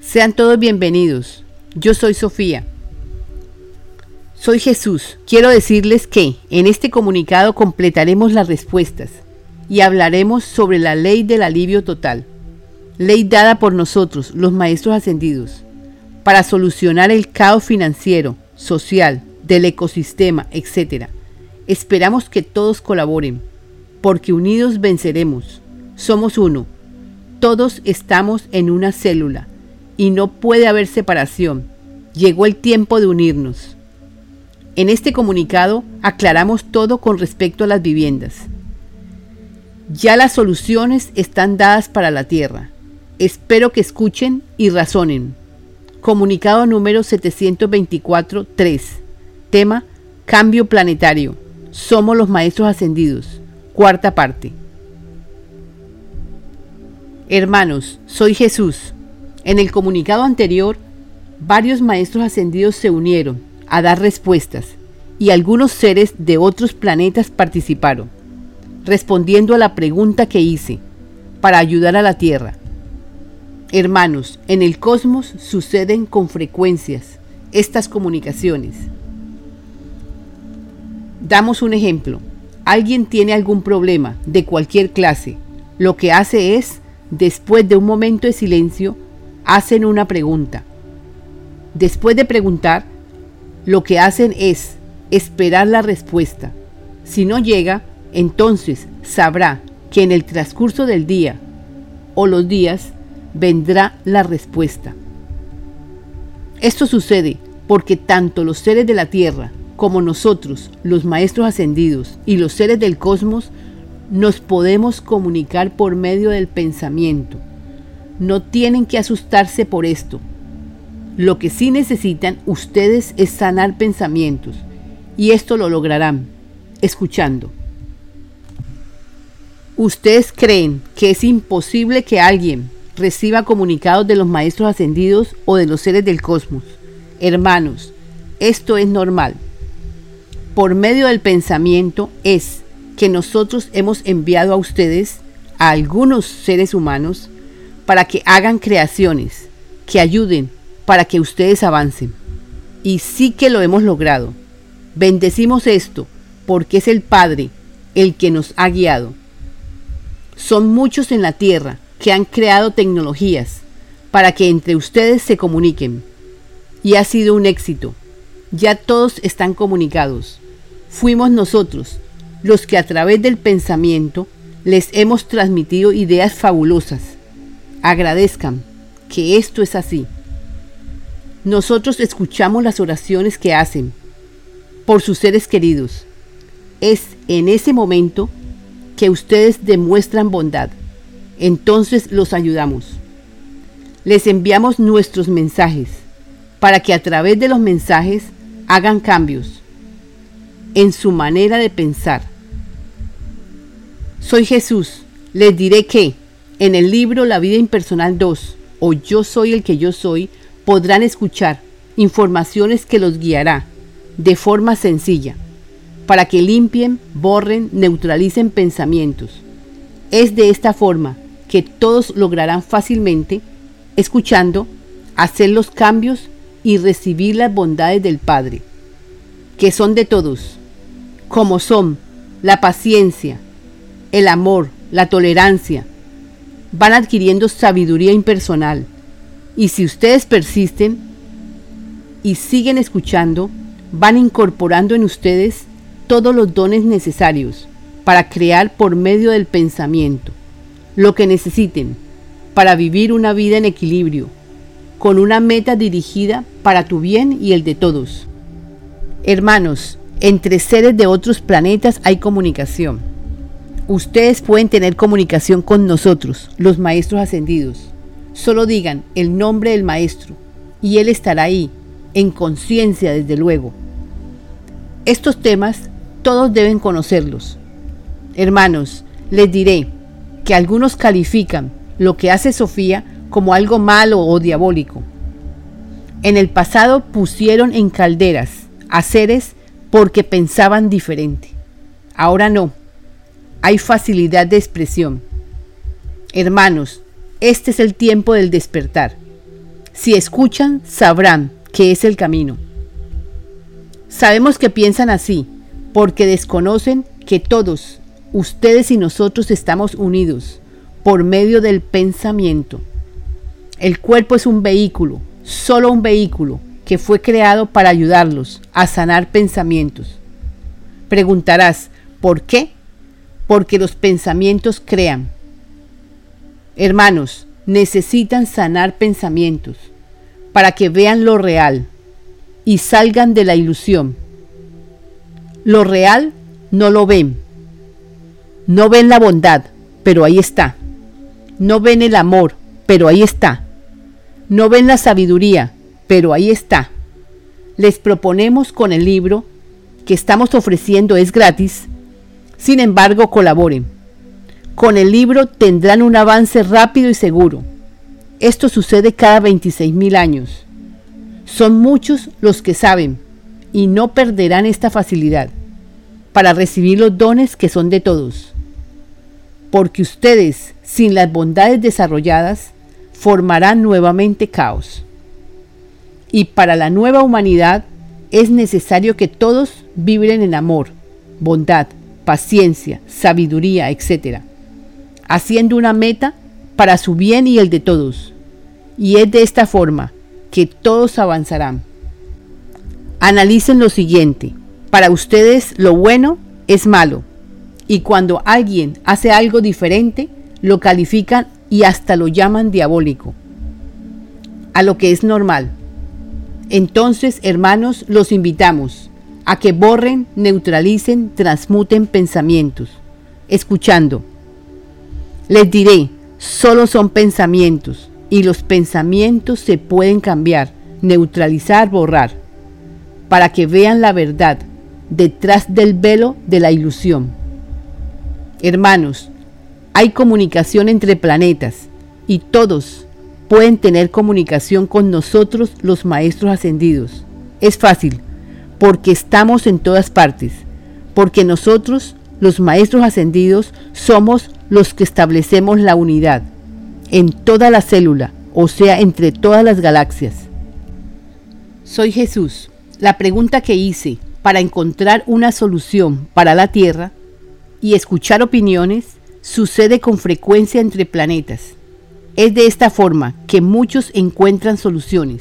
Sean todos bienvenidos. Yo soy Sofía. Soy Jesús. Quiero decirles que en este comunicado completaremos las respuestas y hablaremos sobre la ley del alivio total, ley dada por nosotros, los maestros ascendidos, para solucionar el caos financiero, social, del ecosistema, etc. Esperamos que todos colaboren, porque unidos venceremos. Somos uno. Todos estamos en una célula y no puede haber separación. Llegó el tiempo de unirnos. En este comunicado aclaramos todo con respecto a las viviendas. Ya las soluciones están dadas para la Tierra. Espero que escuchen y razonen. Comunicado número 724-3. Tema: Cambio planetario. Somos los maestros ascendidos. Cuarta parte. Hermanos, soy Jesús. En el comunicado anterior, varios maestros ascendidos se unieron a dar respuestas y algunos seres de otros planetas participaron, respondiendo a la pregunta que hice para ayudar a la Tierra. Hermanos, en el cosmos suceden con frecuencias estas comunicaciones. Damos un ejemplo. Alguien tiene algún problema de cualquier clase. Lo que hace es, después de un momento de silencio, hacen una pregunta. Después de preguntar, lo que hacen es esperar la respuesta. Si no llega, entonces sabrá que en el transcurso del día o los días vendrá la respuesta. Esto sucede porque tanto los seres de la Tierra como nosotros, los maestros ascendidos y los seres del cosmos, nos podemos comunicar por medio del pensamiento. No tienen que asustarse por esto. Lo que sí necesitan ustedes es sanar pensamientos, y esto lo lograrán escuchando. ¿Ustedes creen que es imposible que alguien reciba comunicados de los maestros ascendidos o de los seres del cosmos? Hermanos, esto es normal. Por medio del pensamiento es que nosotros hemos enviado a ustedes, a algunos seres humanos, para que hagan creaciones, que ayuden para que ustedes avancen. Y sí que lo hemos logrado. Bendecimos esto porque es el Padre el que nos ha guiado. Son muchos en la Tierra que han creado tecnologías para que entre ustedes se comuniquen. Y ha sido un éxito. Ya todos están comunicados. Fuimos nosotros los que a través del pensamiento les hemos transmitido ideas fabulosas. Agradezcan que esto es así. Nosotros escuchamos las oraciones que hacen por sus seres queridos. Es en ese momento que ustedes demuestran bondad. Entonces los ayudamos. Les enviamos nuestros mensajes para que a través de los mensajes hagan cambios en su manera de pensar. Soy Jesús. Les diré que en el libro La Vida Impersonal 2 o Yo Soy el que yo soy podrán escuchar informaciones que los guiará de forma sencilla para que limpien, borren, neutralicen pensamientos. Es de esta forma que todos lograrán fácilmente, escuchando, hacer los cambios y recibir las bondades del Padre, que son de todos, como son la paciencia, el amor, la tolerancia. Van adquiriendo sabiduría impersonal, y si ustedes persisten y siguen escuchando, van incorporando en ustedes todos los dones necesarios para crear por medio del pensamiento lo que necesiten para vivir una vida en equilibrio, con una meta dirigida para tu bien y el de todos. Hermanos, entre seres de otros planetas hay comunicación. Ustedes pueden tener comunicación con nosotros, los maestros ascendidos. Solo digan el nombre del maestro y él estará ahí, en conciencia desde luego. Estos temas todos deben conocerlos. Hermanos, les diré que algunos califican lo que hace Sofía como algo malo o diabólico. En el pasado pusieron en calderas a seres porque pensaban diferente. Ahora no. Hay facilidad de expresión. Hermanos, este es el tiempo del despertar. Si escuchan, sabrán que es el camino. Sabemos que piensan así, porque desconocen que todos, ustedes y nosotros, estamos unidos por medio del pensamiento. El cuerpo es un vehículo, solo un vehículo, que fue creado para ayudarlos a sanar pensamientos. Preguntarás, ¿por qué? Porque los pensamientos crean. Hermanos, necesitan sanar pensamientos para que vean lo real y salgan de la ilusión. Lo real no lo ven. No ven la bondad, pero ahí está. No ven el amor, pero ahí está. No ven la sabiduría, pero ahí está. Les proponemos con el libro que estamos ofreciendo, es gratis. Sin embargo, colaboren. Con el libro tendrán un avance rápido y seguro. Esto sucede cada 26.000 años. Son muchos los que saben y no perderán esta facilidad para recibir los dones que son de todos. Porque ustedes, sin las bondades desarrolladas, formarán nuevamente caos. Y para la nueva humanidad es necesario que todos vibren en amor, bondad, paciencia, sabiduría, etc., haciendo una meta para su bien y el de todos. Y es de esta forma que todos avanzarán. Analicen lo siguiente. Para ustedes lo bueno es malo. Y cuando alguien hace algo diferente, lo califican y hasta lo llaman diabólico, a lo que es normal. Entonces, hermanos, los invitamos a que borren, neutralicen, transmuten pensamientos, escuchando. Les diré, solo son pensamientos, y los pensamientos se pueden cambiar, neutralizar, borrar, para que vean la verdad detrás del velo de la ilusión. Hermanos, hay comunicación entre planetas, y todos pueden tener comunicación con nosotros, los maestros ascendidos. Es fácil, porque estamos en todas partes, porque nosotros, los maestros ascendidos, somos los que establecemos la unidad en toda la célula, o sea, entre todas las galaxias. Soy Jesús. La pregunta que hice para encontrar una solución para la Tierra y escuchar opiniones sucede con frecuencia entre planetas. Es de esta forma que muchos encuentran soluciones.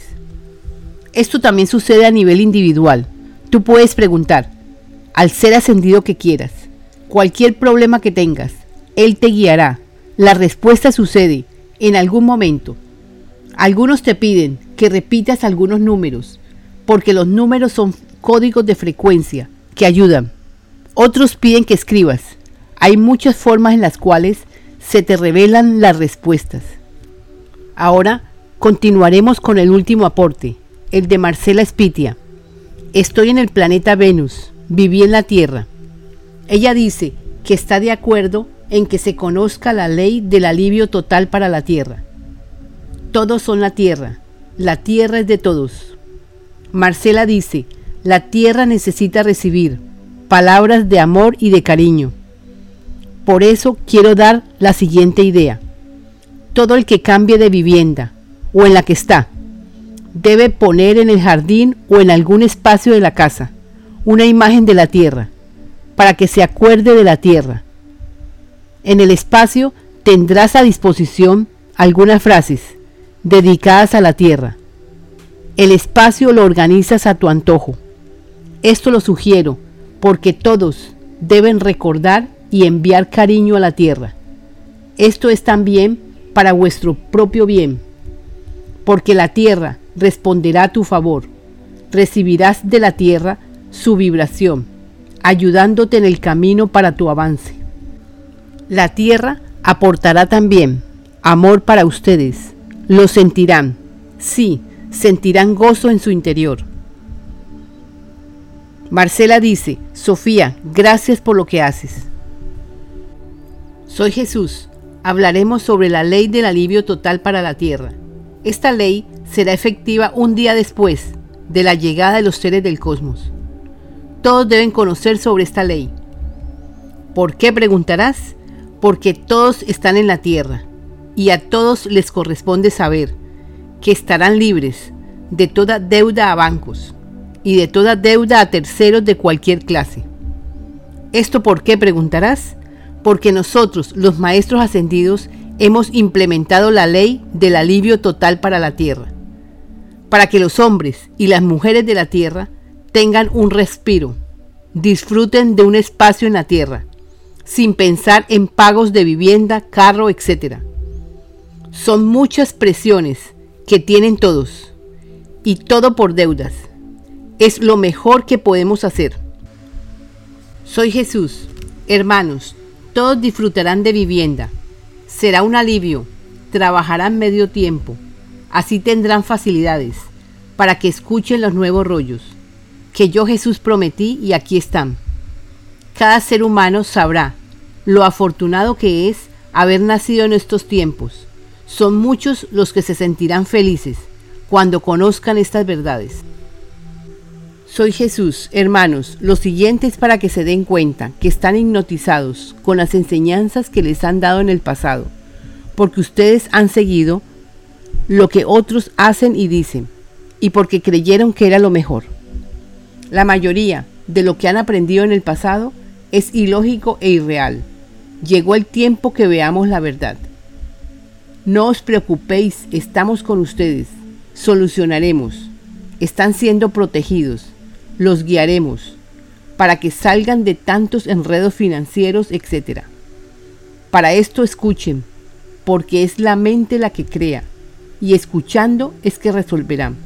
Esto también sucede a nivel individual. Tú puedes preguntar al ser ascendido que quieras, cualquier problema que tengas, él te guiará. La respuesta sucede en algún momento. Algunos te piden que repitas algunos números, porque los números son códigos de frecuencia que ayudan. Otros piden que escribas. Hay muchas formas en las cuales se te revelan las respuestas. Ahora continuaremos con el último aporte, el de Marcela Spitia. Estoy en el planeta Venus, viví en la Tierra. Ella dice que está de acuerdo en que se conozca la ley del alivio total para la Tierra. Todos son la Tierra es de todos. Marcela dice, la Tierra necesita recibir palabras de amor y de cariño. Por eso quiero dar la siguiente idea. Todo el que cambie de vivienda o en la que está, debe poner en el jardín o en algún espacio de la casa una imagen de la Tierra, para que se acuerde de la Tierra. En el espacio tendrás a disposición algunas frases dedicadas a la Tierra. El espacio lo organizas a tu antojo. Esto lo sugiero porque todos deben recordar y enviar cariño a la Tierra. Esto es también para vuestro propio bien, porque la Tierra responderá a tu favor. Recibirás de la Tierra su vibración, ayudándote en el camino para tu avance. La Tierra aportará también amor para ustedes. Lo sentirán. Sí, sentirán gozo en su interior. Marcela dice, Sofía, gracias por lo que haces. Soy Jesús. Hablaremos sobre la ley del alivio total para la Tierra. Esta ley será efectiva un día después de la llegada de los seres del cosmos. Todos deben conocer sobre esta ley. ¿Por qué, preguntarás? Porque todos están en la Tierra y a todos les corresponde saber que estarán libres de toda deuda a bancos y de toda deuda a terceros de cualquier clase. ¿Esto por qué?, preguntarás. Porque nosotros, los maestros ascendidos, hemos implementado la ley del alivio total para la tierra, para que los hombres y las mujeres de la tierra tengan un respiro, disfruten de un espacio en la tierra, sin pensar en pagos de vivienda, carro, etc. Son muchas presiones que tienen todos, y todo por deudas. Es lo mejor que podemos hacer. Soy Jesús. Hermanos, todos disfrutarán de vivienda. Será un alivio. Trabajarán medio tiempo. Así tendrán facilidades para que escuchen los nuevos rollos que yo, Jesús, prometí, y aquí están. Cada ser humano sabrá lo afortunado que es haber nacido en estos tiempos. Son muchos los que se sentirán felices cuando conozcan estas verdades. Soy Jesús. Hermanos, lo siguiente es para que se den cuenta que están hipnotizados con las enseñanzas que les han dado en el pasado, porque ustedes han seguido lo que otros hacen y dicen, y porque creyeron que era lo mejor. La mayoría de lo que han aprendido en el pasado es ilógico e irreal. Llegó el tiempo que veamos la verdad. No os preocupéis, estamos con ustedes. Solucionaremos. Están siendo protegidos. Los guiaremos para que salgan de tantos enredos financieros, etc. Para esto escuchen, porque es la mente la que crea, y escuchando es que resolverán.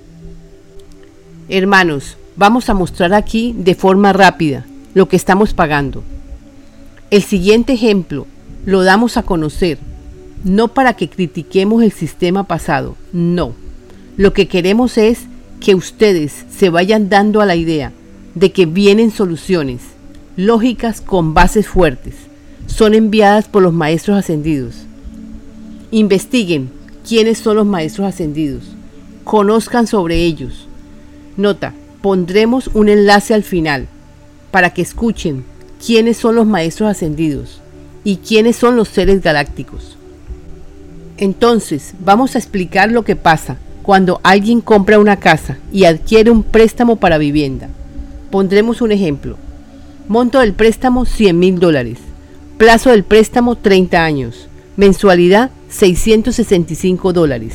Hermanos, vamos a mostrar aquí de forma rápida lo que estamos pagando. El siguiente ejemplo lo damos a conocer, no para que critiquemos el sistema pasado, no. Lo que queremos es que ustedes se vayan dando a la idea de que vienen soluciones lógicas con bases fuertes. Son enviadas por los maestros ascendidos. Investiguen quiénes son los maestros ascendidos. Conozcan sobre ellos. Nota, pondremos un enlace al final para que escuchen quiénes son los maestros ascendidos y quiénes son los seres galácticos. Entonces, vamos a explicar lo que pasa cuando alguien compra una casa y adquiere un préstamo para vivienda. Pondremos un ejemplo. Monto del préstamo $100,000. Plazo del préstamo 30 años. Mensualidad $665.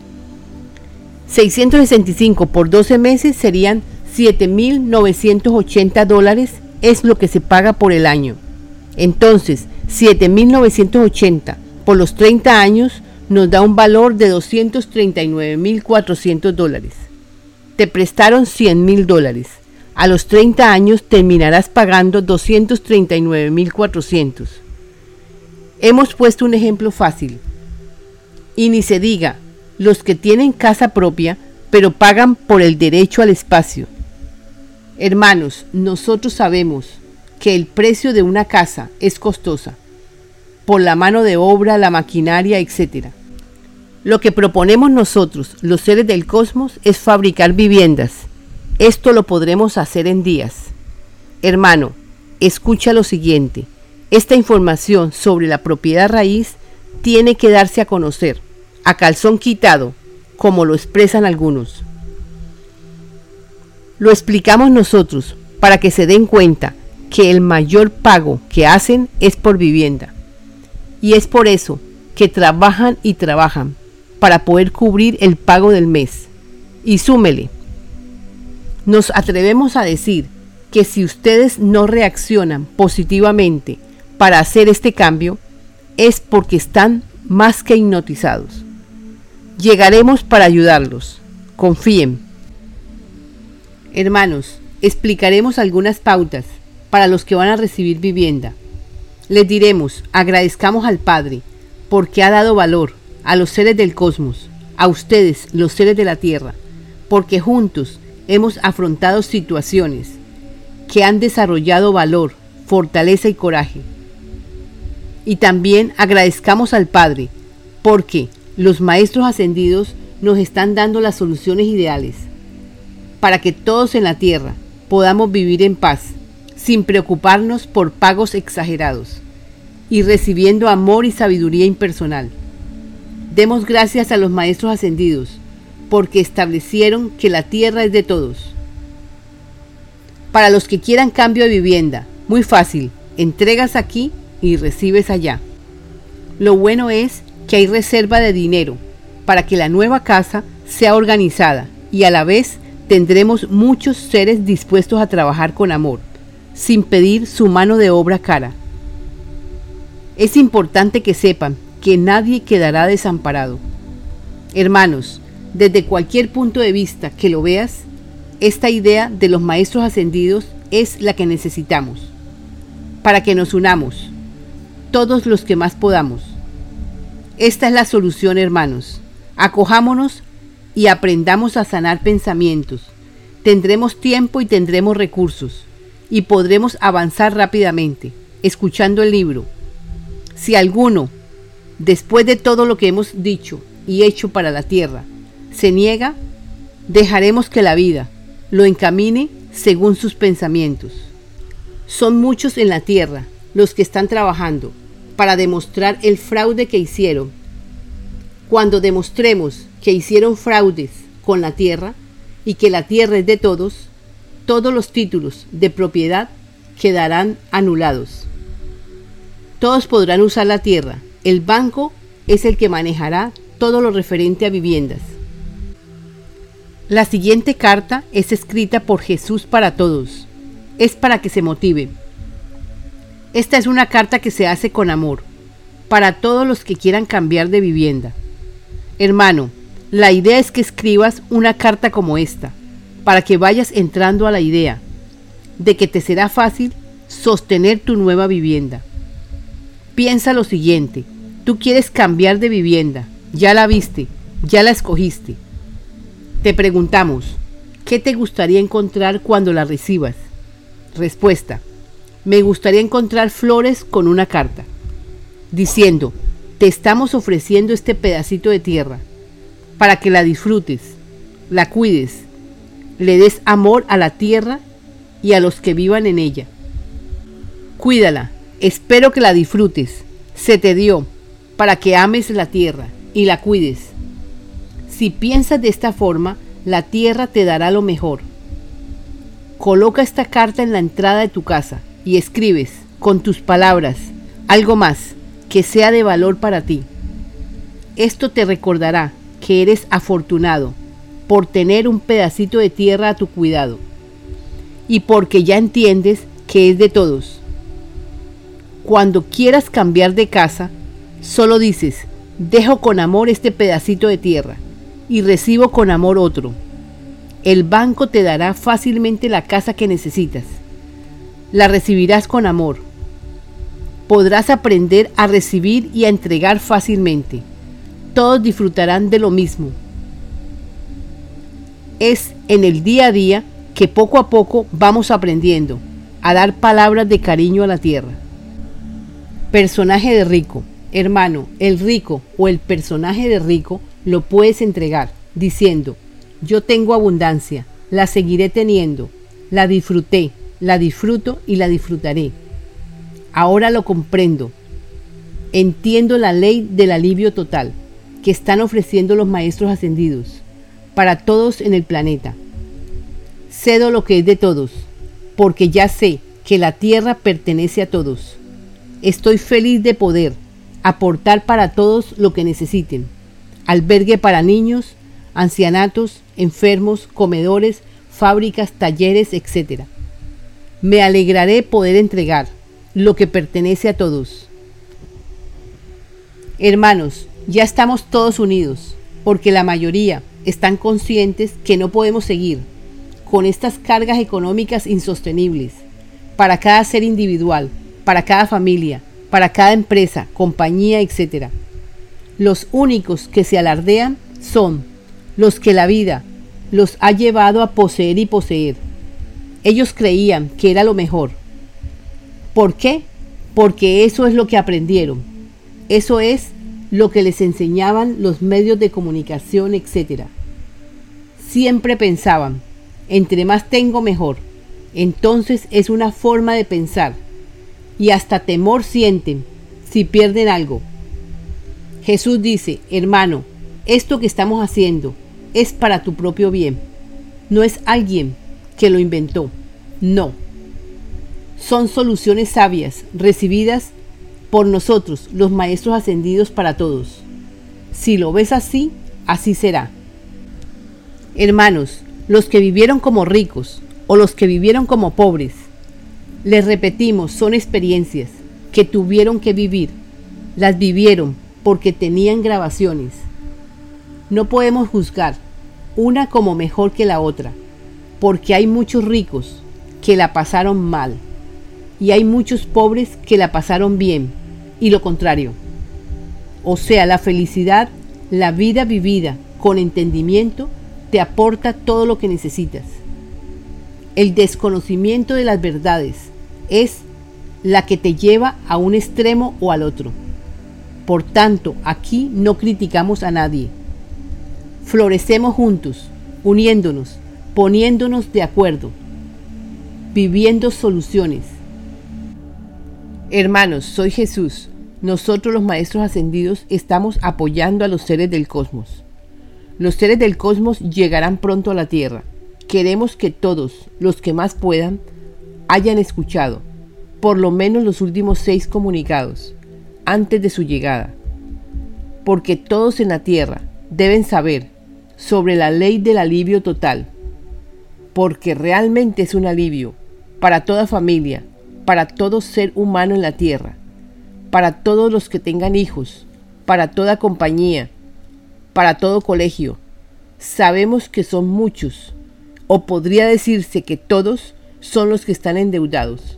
665 por 12 meses serían $7,980, es lo que se paga por el año. Entonces, 7,980 por los 30 años nos da un valor de $239,400. Te prestaron $100,000. A los 30 años terminarás pagando $239,400. Hemos puesto un ejemplo fácil. Y ni se diga, los que tienen casa propia, pero pagan por el derecho al espacio. Hermanos, nosotros sabemos que el precio de una casa es costosa, por la mano de obra, la maquinaria, etc. Lo que proponemos nosotros, los seres del cosmos, es fabricar viviendas. Esto lo podremos hacer en días. Hermano, escucha lo siguiente. Esta información sobre la propiedad raíz tiene que darse a conocer, a calzón quitado, como lo expresan algunos. Lo explicamos nosotros para que se den cuenta que el mayor pago que hacen es por vivienda. Y es por eso que trabajan y trabajan, para poder cubrir el pago del mes. Y súmele. Nos atrevemos a decir que si ustedes no reaccionan positivamente para hacer este cambio, es porque están más que hipnotizados. Llegaremos para ayudarlos. Confíen. Hermanos, explicaremos algunas pautas para los que van a recibir vivienda. Les diremos, agradezcamos al Padre, porque ha dado valor a los seres del cosmos, a ustedes, los seres de la Tierra, porque juntos hemos afrontado situaciones que han desarrollado valor, fortaleza y coraje. Y también agradezcamos al Padre, porque los maestros ascendidos nos están dando las soluciones ideales para que todos en la Tierra podamos vivir en paz, sin preocuparnos por pagos exagerados y recibiendo amor y sabiduría impersonal. Demos gracias a los maestros ascendidos porque establecieron que la tierra es de todos. Para los que quieran cambio de vivienda, muy fácil, entregas aquí y recibes allá. Lo bueno es que hay reserva de dinero para que la nueva casa sea organizada y a la vez tendremos muchos seres dispuestos a trabajar con amor, sin pedir su mano de obra cara. Es importante que sepan que nadie quedará desamparado. Hermanos, desde cualquier punto de vista que lo veas, esta idea de los maestros ascendidos es la que necesitamos, para que nos unamos, todos los que más podamos. Esta es la solución, hermanos. Acojámonos y aprendamos a sanar pensamientos. Tendremos tiempo y tendremos recursos, y podremos avanzar rápidamente, escuchando el libro. Si alguno, después de todo lo que hemos dicho y hecho para la tierra, se niega, dejaremos que la vida lo encamine según sus pensamientos. Son muchos en la tierra los que están trabajando para demostrar el fraude que hicieron. Cuando demostremos que hicieron fraudes con la tierra y que la tierra es de todos, todos los títulos de propiedad quedarán anulados. Todos podrán usar la tierra. El banco es el que manejará todo lo referente a viviendas. La siguiente carta es escrita por Jesús para todos. Es para que se motiven. Esta es una carta que se hace con amor, para todos los que quieran cambiar de vivienda. Hermano, la idea es que escribas una carta como esta, para que vayas entrando a la idea de que te será fácil sostener tu nueva vivienda. Piensa lo siguiente: tú quieres cambiar de vivienda, ya la viste, ya la escogiste. Te preguntamos, ¿qué te gustaría encontrar cuando la recibas? Respuesta: me gustaría encontrar flores con una carta, diciendo, te estamos ofreciendo este pedacito de tierra, para que la disfrutes, la cuides, le des amor a la tierra y a los que vivan en ella. Cuídala, espero que la disfrutes, se te dio, para que ames la tierra y la cuides. Si piensas de esta forma, la tierra te dará lo mejor. Coloca esta carta en la entrada de tu casa y escribes, con tus palabras, algo más que sea de valor para ti. Esto te recordará que eres afortunado por tener un pedacito de tierra a tu cuidado y porque ya entiendes que es de todos. Cuando quieras cambiar de casa, solo dices, dejo con amor este pedacito de tierra y recibo con amor otro. El banco te dará fácilmente la casa que necesitas. La recibirás con amor. Podrás aprender a recibir y a entregar fácilmente. Todos disfrutarán de lo mismo. Es en el día a día que poco a poco vamos aprendiendo a dar palabras de cariño a la tierra. Personaje de rico. Hermano, el rico o el personaje de rico lo puedes entregar diciendo, yo tengo abundancia, la seguiré teniendo, la disfruté, la disfruto y la disfrutaré. Ahora lo comprendo. Entiendo la ley del alivio total que están ofreciendo los maestros ascendidos para todos en el planeta. Cedo lo que es de todos, porque ya sé que la tierra pertenece a todos. Estoy feliz de poder aportar para todos lo que necesiten. Albergue para niños, ancianatos, enfermos, comedores, fábricas, talleres, etc. Me alegraré poder entregar lo que pertenece a todos. Hermanos, ya estamos todos unidos, porque la mayoría están conscientes que no podemos seguir con estas cargas económicas insostenibles para cada ser individual, para cada familia, para cada empresa, compañía, etc. Los únicos que se alardean son los que la vida los ha llevado a poseer y poseer. Ellos creían que era lo mejor. ¿Por qué? Porque eso es lo que aprendieron. Eso es lo que les enseñaban los medios de comunicación, etc. Siempre pensaban, entre más tengo mejor. Entonces es una forma de pensar. Y hasta temor sienten si pierden algo. Jesús dice, hermano, esto que estamos haciendo es para tu propio bien. No es alguien que lo inventó. No. Son soluciones sabias recibidas por nosotros, los maestros ascendidos para todos. Si lo ves así, así será. Hermanos, los que vivieron como ricos o los que vivieron como pobres, les repetimos, son experiencias que tuvieron que vivir. Las vivieron porque tenían grabaciones. No podemos juzgar una como mejor que la otra, porque hay muchos ricos que la pasaron mal y hay muchos pobres que la pasaron bien, y lo contrario. O sea, la felicidad, la vida vivida con entendimiento, te aporta todo lo que necesitas. El desconocimiento de las verdades es la que te lleva a un extremo o al otro. Por tanto, aquí no criticamos a nadie. Florecemos juntos, uniéndonos, poniéndonos de acuerdo, viviendo soluciones. Hermanos, soy Jesús. Nosotros los maestros ascendidos estamos apoyando a los seres del cosmos. Los seres del cosmos llegarán pronto a la Tierra. Queremos que todos, los que más puedan, hayan escuchado, por lo menos los últimos 6 comunicados, antes de su llegada. Porque todos en la Tierra deben saber sobre la ley del alivio total. Porque realmente es un alivio para toda familia, para todo ser humano en la Tierra, para todos los que tengan hijos, para toda compañía, para todo colegio. Sabemos que son muchos, o podría decirse que todos son los que están endeudados.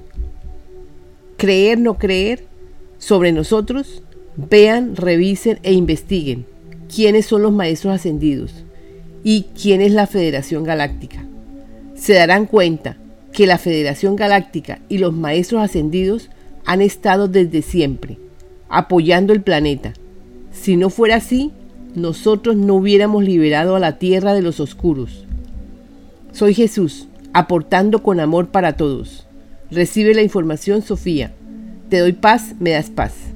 Creer, no creer, sobre nosotros, vean, revisen e investiguen quiénes son los maestros ascendidos y quién es la Federación Galáctica. Se darán cuenta que la Federación Galáctica y los maestros ascendidos han estado desde siempre, apoyando el planeta. Si no fuera así, nosotros no hubiéramos liberado a la Tierra de los oscuros. Soy Jesús, aportando con amor para todos. Recibe la información, Sofía. Te doy paz, me das paz.